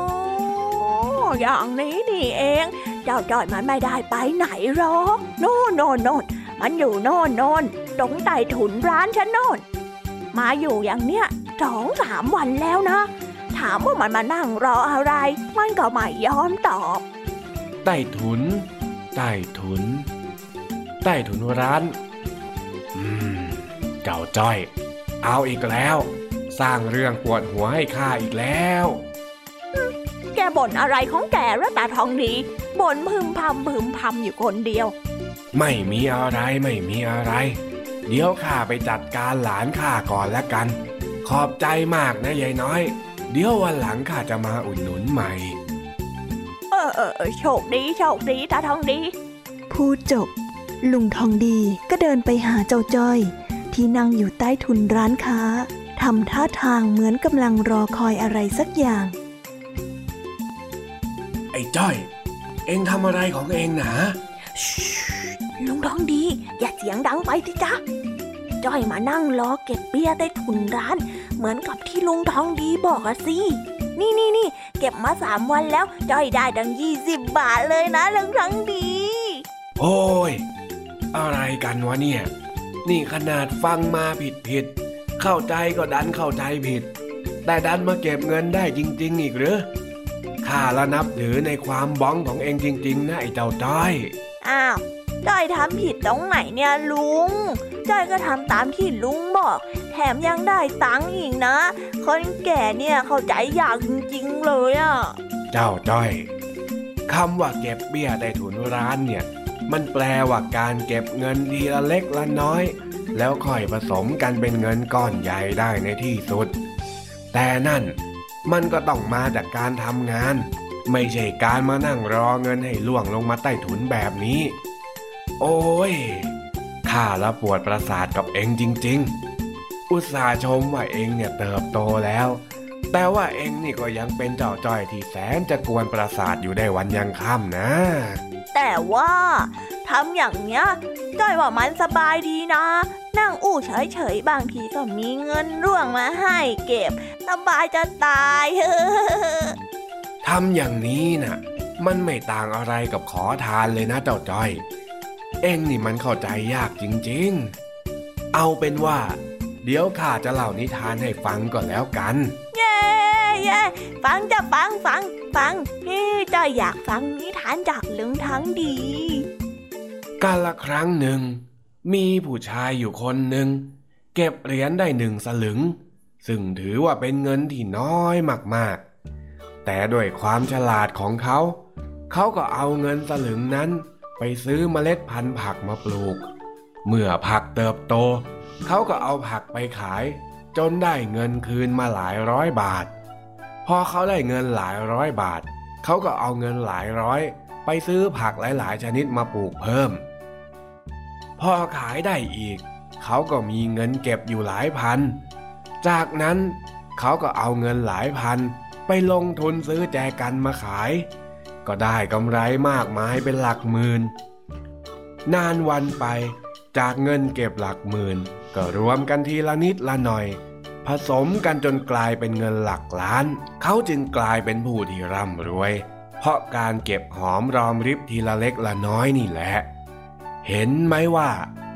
อย่างนี้นี่เองเจ้าจ้อยมันไม่ได้ไปไหนหรอกโน่นโน่นโน่นมันอยู่โน่นโน่นตรงใต้ถุนร้านฉันโน่นมาอยู่อย่างเนี้ยสองสามวันแล้วนะถามว่ามันมานั่งรออะไรมันก็ไม่ยอมตอบใต้ถุนใต้ถุนใต้ถุนร้านอืมเจ้าจ้อยเอาอีกแล้วสร้างเรื่องปวดหัวให้ข้าอีกแล้วแกบ่นอะไรของแกระตาทองดีบ่นพึมพำพึมพำอยู่คนเดียวไม่มีอะไรไม่มีอะไรเดี๋ยวข้าไปจัดการหลานข้าก่อนแล้วกันขอบใจมากนะยายน้อยเดี๋ยววันหลังข้าจะมาอุดหนุนใหม่เออเออโชคดีโชคดีตาทองดีพูดจบลุงทองดีก็เดินไปหาเจ้าจ้อยที่นั่งอยู่ใต้ถุนร้านค้าทำท่าทางเหมือนกำลังรอคอยอะไรสักอย่างไอ้จ้อยเอ็งทำอะไรของเอ็งนะลุงทองดีอย่าเสียงดังไปสิจ๊ะจ้อยมานั่งรอเก็บเบี้ยใต้ถุนร้านเหมือนกับที่ลุงทองดีบอกอะสินี่นี่นี่เก็บมาสามวันแล้วจ้อยได้ดังยี่สิบบาทเลยนะลุงทองดีโอ้ยอะไรกันวะเนี่ยนี่ขนาดฟังมาผิดผิดเข้าใจก็ดันเข้าใจผิดแต่ดันมาเก็บเงินได้จริงๆอีกหรือข้าละนับถือในความบ้องของเองจริงๆนะไอ้เจ้าจ้อยอ้าวจ้อยทำผิดตรงไหนเนี่ยลุงจ้อยก็ทำตามที่ลุงบอกแถมยังได้ตังค์อีกนะคนแก่เนี่ยเข้าใจยากจริงๆเลยอ่ะเจ้าจ้อยคำว่าเก็บเบี้ยใต้ถุนร้านเนี่ยมันแปลว่าการเก็บเงินทีละเล็กละน้อยแล้วค่อยผสมกันเป็นเงินก้อนใหญ่ได้ในที่สุดแต่นั่นมันก็ต้องมาจากการทำงานไม่ใช่การมานั่งรอเงินให้ล่วงลงมาใต้ถุนแบบนี้โอ้ยข้าละปวดประสาทกับเองจริงๆอุตส่าห์ชมว่าเองเนี่ยเติบโตแล้วแต่ว่าเองนี่ก็ยังเป็นเจ้าจ้อยที่แสนจะกวนประสาทอยู่ได้วันยังค่ำนะแต่ว่าทำอย่างเนี้ยจ้อยว่ามันสบายดีนะนั่งอู้เฉยๆบางทีก็มีเงินร่วงมาให้เก็บสบายจะตายทำอย่างนี้น่ะมันไม่ต่างอะไรกับขอทานเลยนะเจ้าจ้อยเอ็งนี่มันเข้าใจยากจริงๆเอาเป็นว่าเดี๋ยวข้าจะเล่านิทานให้ฟังก่อนแล้วกันเย้เย้ฟังจะฟังฟังฟังพี่จ้อยอยากฟังนิทานจากลุงทองดีกาลครั้งหนึ่งมีผู้ชายอยู่คนหนึ่งเก็บเหรียญได้หนึ่งสลึงซึ่งถือว่าเป็นเงินที่น้อยมากๆแต่ด้วยความฉลาดของเขาเขาก็เอาเงินสลึงนั้นไปซื้อเมล็ดพันธุ์ผักมาปลูกเมื่อผักเติบโตเขาก็เอาผักไปขายจนได้เงินคืนมาหลายร้อยบาทพอเขาได้เงินหลายร้อยบาทเขาก็เอาเงินหลายร้อยไปซื้อผักหลายๆชนิดมาปลูกเพิ่มพอขายได้อีกเขาก็มีเงินเก็บอยู่หลายพันจากนั้นเขาก็เอาเงินหลายพันไปลงทุนซื้อแจกันมาขายก็ได้กำไรมากมายเป็นหลักหมื่นนานวันไปจากเงินเก็บหลักหมื่นก็รวมกันทีละนิดละหน่อยผสมกันจนกลายเป็นเงินหลักล้านเขาจึงกลายเป็นผู้ที่ร่ำรวยเพราะการเก็บหอมรอมริบทีละเล็กละน้อยนี่แหละเห็นไหมว่า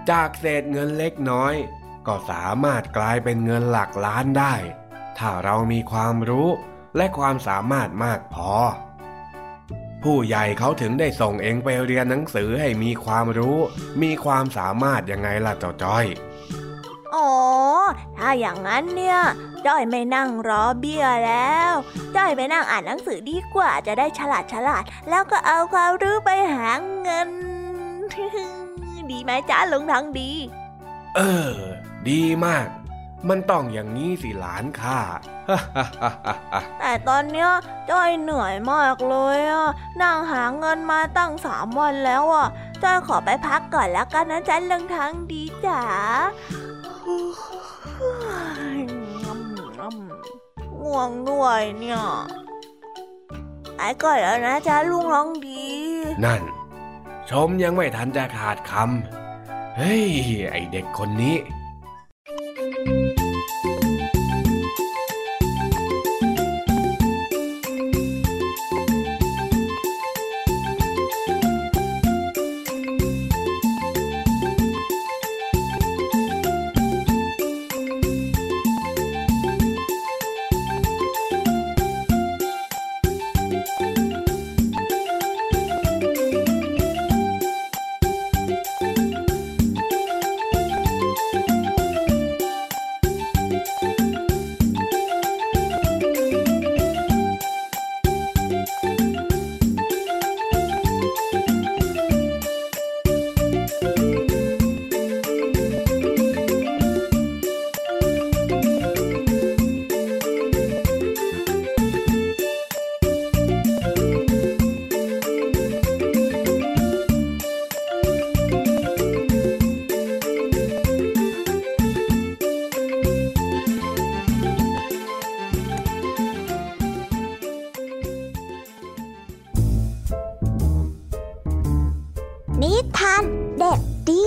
จากเศษเงินเล็กน้อยก็สามารถกลายเป็นเงินหลักล้านได้ถ้าเรามีความรู้และความสามารถมากพอผู้ใหญ่เขาถึงได้ส่งเองไปเรียนหนังสือให้มีความรู้มีความสามารถยังไงล่ะเจ้าจ้อยอ๋อถ้าอย่างนั้นเนี่ยจ้อยไม่นั่งรอเบี้ยแล้วจ้อยไปนั่งอ่านหนังสือดีกว่าจะได้ฉลาดฉลาดแล้วก็เอาความรู้ไปหาเงิน ดีไหมจ๊ะลุงทองดีเออดีมากมันต้องอย่างนี้สิหลานข้าแต่ตอนเนี้ยจ้อยเหนื่อยมากเลยอ่ะนั่งหาเงินมาตั้งสามวันแล้วอ่ะจ้อยขอไปพักก่อนแล้วกันนะจ๊ะลุงทองดีจ๋าง่วงด้วยเนี่ยไปก่อนแล้วนะจ๊ะลุงทองดีนั่นชมยังไม่ทันจะขาดคำเฮ้ยไอเด็กคนนี้นิทานเด็กดี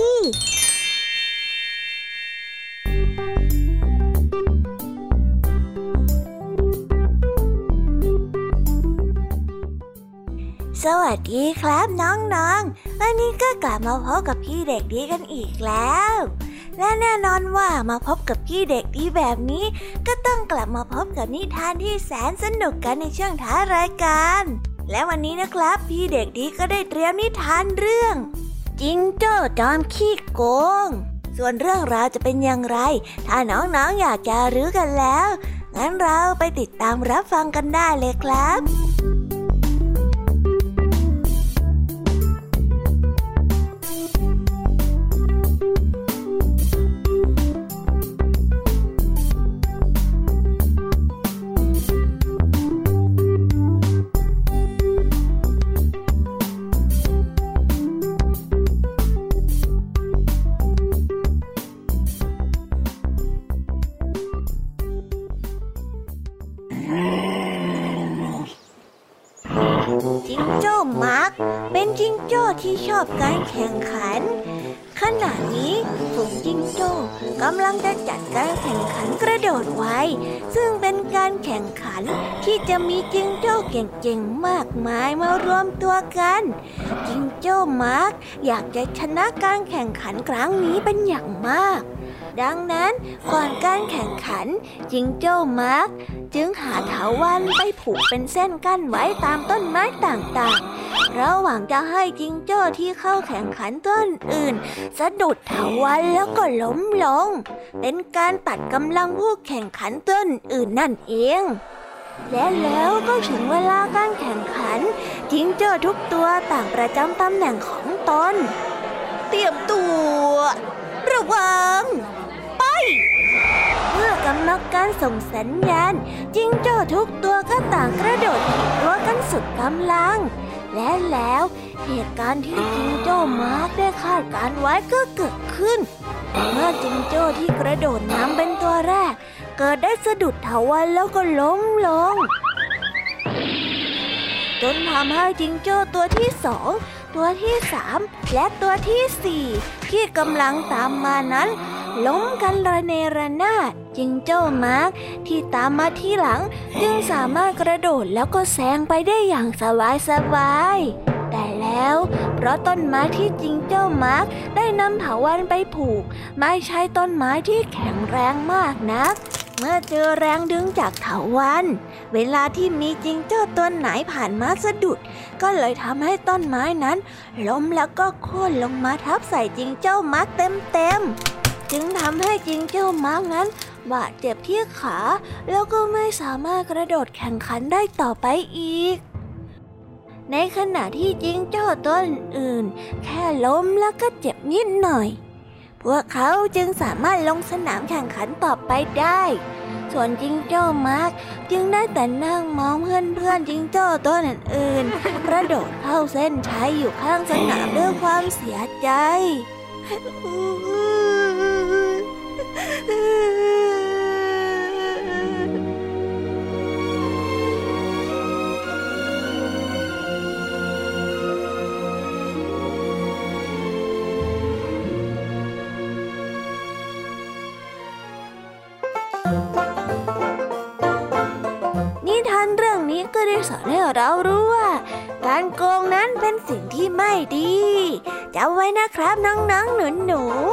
สวัสดีครับน้องๆวันนี้ก็กลับมาพบกับพี่เด็กดีกันอีกแล้วและแน่นอนว่ามาพบกับพี่เด็กดีแบบนี้ก็ต้องกลับมาพบกับนิทานที่แสนสนุกกันในช่วงท้ายรายการและวันนี้นะครับพี่เด็กดีก็ได้เตรียมนิทานเรื่องจิงโจ้จอมขี้โกงส่วนเรื่องราวจะเป็นอย่างไรถ้าน้องๆ อ, อยากจะรู้กันแล้วงั้นเราไปติดตามรับฟังกันได้เลยครับจิงโจ้มาร์คเป็นจิงโจ้ที่ชอบการแข่งขันขณะนี้ฝูงจิงโจ้กำลังจะจัดการแข่งขันกระโดดไวซึ่งเป็นการแข่งขันที่จะมีจิงโจ้เก่งๆมากมายมารวมตัวกันจิงโจ้มาร์คอยากจะชนะการแข่งขันครั้งนี้เป็นอย่างมากดังนั้นก่อนการแข่งขันจิงโจ้มาร์คจึงหาเถาวัลย์ไปผูกเป็นเส้นกั้นไว้ตามต้นไม้ต่างๆระหว่างจะให้จิงโจ้ที่เข้าแข่งขันต้นอื่นสะดุดเถาวัลย์แล้วก็ล้มลงเป็นการตัดกำลังผู้แข่งขันต้นอื่นนั่นเองและแล้วก็ถึงเวลาการแข่งขันจิงโจ้ทุกตัวต่างประจำตำแหน่งของตนเตรียมตัวระวังไปเมื่อกรรมการส่งสัญญาณจิงโจ้ทุกตัวก็ต่างกระโดดถีบรั้วกันสุดกำลังและแล้วเหตุการณ์ที่จิงโจ้มาร์คได้คาดการไว้ก็เกิดขึ้นเมื่อจิงโจ้ที่กระโดดน้ำเป็นตัวแรกเกิดได้สะดุดเถาวัลย์แล้วก็ล้มลงจนทำให้จิงโจ้ตัวที่สองตัวที่สามและตัวที่สี่ที่กำลังตามมานั้นล้มกันระเนระนาดจิงโจ้มาร์คที่ตามมาที่หลังจึงสามารถกระโดดแล้วก็แซงไปได้อย่างสบายๆแต่แล้แล้ว เพราะต้นไม้ที่จิงโจ้มาร์คได้นำเถาวัลย์ไปผูกไม่ใช่ต้นไม้ที่แข็งแรงมากนักเมื่อเจอแรงดึงจากเถาวัลย์เวลาที่มีจิงโจ้ตัวไหนผ่านมาสะดุดก็เลยทำให้ต้นไม้นั้นล้มแล้วก็โค่นลงมาทับใส่จิงโจ้มาร์คเต็มๆจึงทำให้จิงโจ้มาร์คนั้นบาดเจ็บที่ขาแล้วก็ไม่สามารถกระโดดแข่งขันได้ต่อไปอีกในขณะที่จิงโจ้ตัวอื่นแค่ล้มแล้วก็เจ็บนิดหน่อยพวกเขาจึงสามารถลงสนามแข่งขันต่อไปได้ส่วนจิงโจ้มาร์คจึงได้แต่นั่งมองเพื่อนๆจิงโจ้ตัวอื่นๆกระโดดเข้าเส้นชัยอยู่ข้างสนามด้วยความเสียใจนิทานเรื่องนี้ก็ได้สอนให้เรารู้ว่าการโกงนั้นเป็นสิ่งที่ไม่ดีจำไว้นะครับน้องๆหนูๆ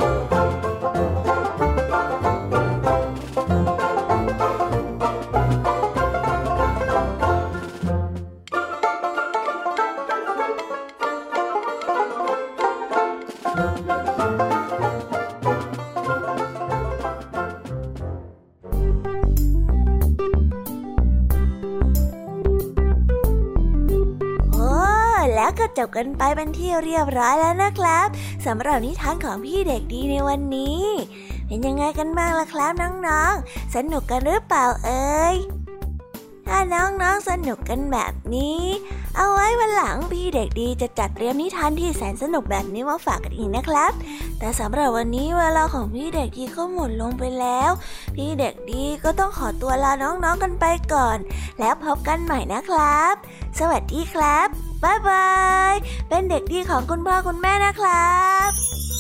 ก็จบกันไปเป็นที่เรียบร้อยแล้วนะครับสำหรับนิทานของพี่เด็กดีในวันนี้เป็นยังไงกันบ้างล่ะครับน้องๆสนุกกันหรือเปล่าเอ่ยถ้าน้องๆสนุกกันแบบนี้เอาไว้วันหลังพี่เด็กดีจะจัดเตรียมนิทานที่แสนสนุกแบบนี้มาฝากกันอีกนะครับแต่สำหรับวันนี้เวลาของพี่เด็กดีก็หมดลงไปแล้วพี่เด็กดีก็ต้องขอตัวลาน้องๆกันไปก่อนแล้วพบกันใหม่นะครับสวัสดีครับบ๊ายบายเป็นเด็กดีของคุณพ่อคุณแม่นะครับ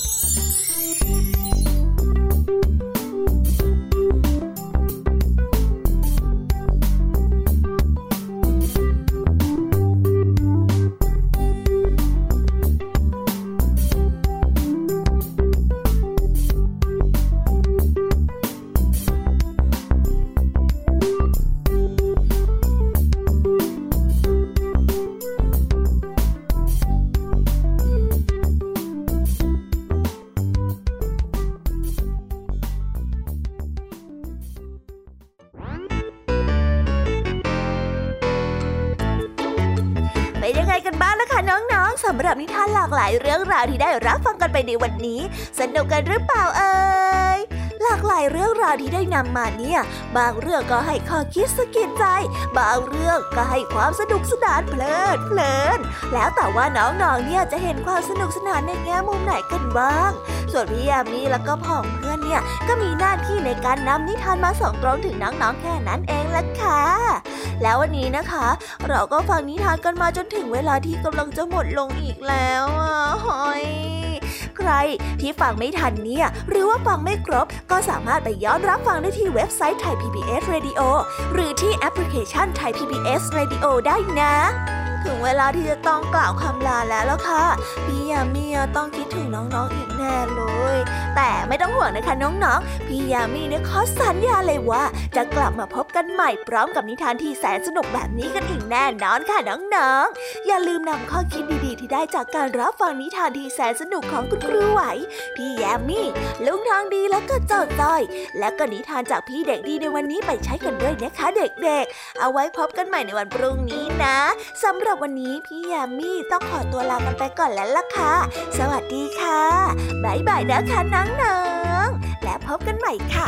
สำหรับนิทานหลากหลายเรื่องราวที่ได้รับฟังกันไปในวันนี้สนุกกันหรือเปล่าเอ่ยหลากหลายเรื่องราวที่ได้นำมาเนี่ยบางเรื่องก็ให้ข้อคิดสะกิดใจบางเรื่องก็ให้ความสนุกสนานเพลิดเพลินแล้วแต่ว่าน้องๆเนี่ยจะเห็นความสนุกสนานในแง่มุมไหนกันบ้างส่วนพี่ยามีแล้วก็พ่องเพื่อนเนี่ยก็มีหน้าที่ในการนำนิทานมาส่งตรงถึงน้องๆแค่นั้นเองล่ะค่ะแล้ววันนี้นะคะเราก็ฟังนิทานกันมาจนถึงเวลาที่กำลังจะหมดลงอีกแล้วอ่ะหอยใครที่ฟังไม่ทันเนี่ยหรือว่าฟังไม่ครบก็สามารถไปย้อนรับฟังได้ที่เว็บไซต์ Thai พี บี เอส Radio หรือที่แอปพลิเคชัน Thai พี บี เอส Radio ได้นะถึงเวลาที่จะต้องกล่าวคำลาแล้วล่ะค่ะพี่ยามีต้องคิดถึงน้องๆอีกแน่เลยแต่ไม่ต้องห่วงนะคะน้องๆพี่ยามีเนี่ยขอสัญญาเลยว่าจะกลับมาพบกันใหม่พร้อมกับนิทานที่แสนสนุกแบบนี้กันอีกแน่นอนค่ะน้องๆอย่าลืมนำข้อคิดดีๆที่ได้จากการรับฟังนิทานที่แสนสนุกของคุณครูไหวพี่ยามีลุงทองดีแล้วก็เจ้าจ้อยและก็นิทานจากพี่เด็กดีในวันนี้ไปใช้กันด้วยนะคะเด็กๆเอาไว้พบกันใหม่ในวันพรุ่งนี้นะสำหรับวันนี้พี่ยามีต้องขอตัวลากันไปก่อนแล้วล่ะค่ะสวัสดีค่ะบ๊ายบายนะคะน้องๆและพบกันใหม่ค่ะ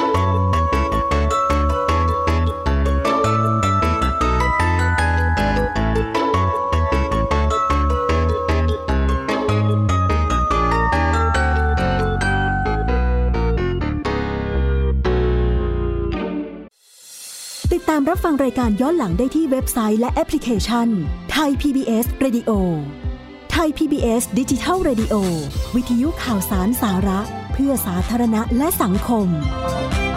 ติดตามรับฟังรายการย้อนหลังได้ที่เว็บไซต์และแอปพลิเคชัน Thai พี บี เอส Radio Thai พี บี เอส Digital Radio วิทยุข่าวสารสาระเพื่อสาธารณะและสังคม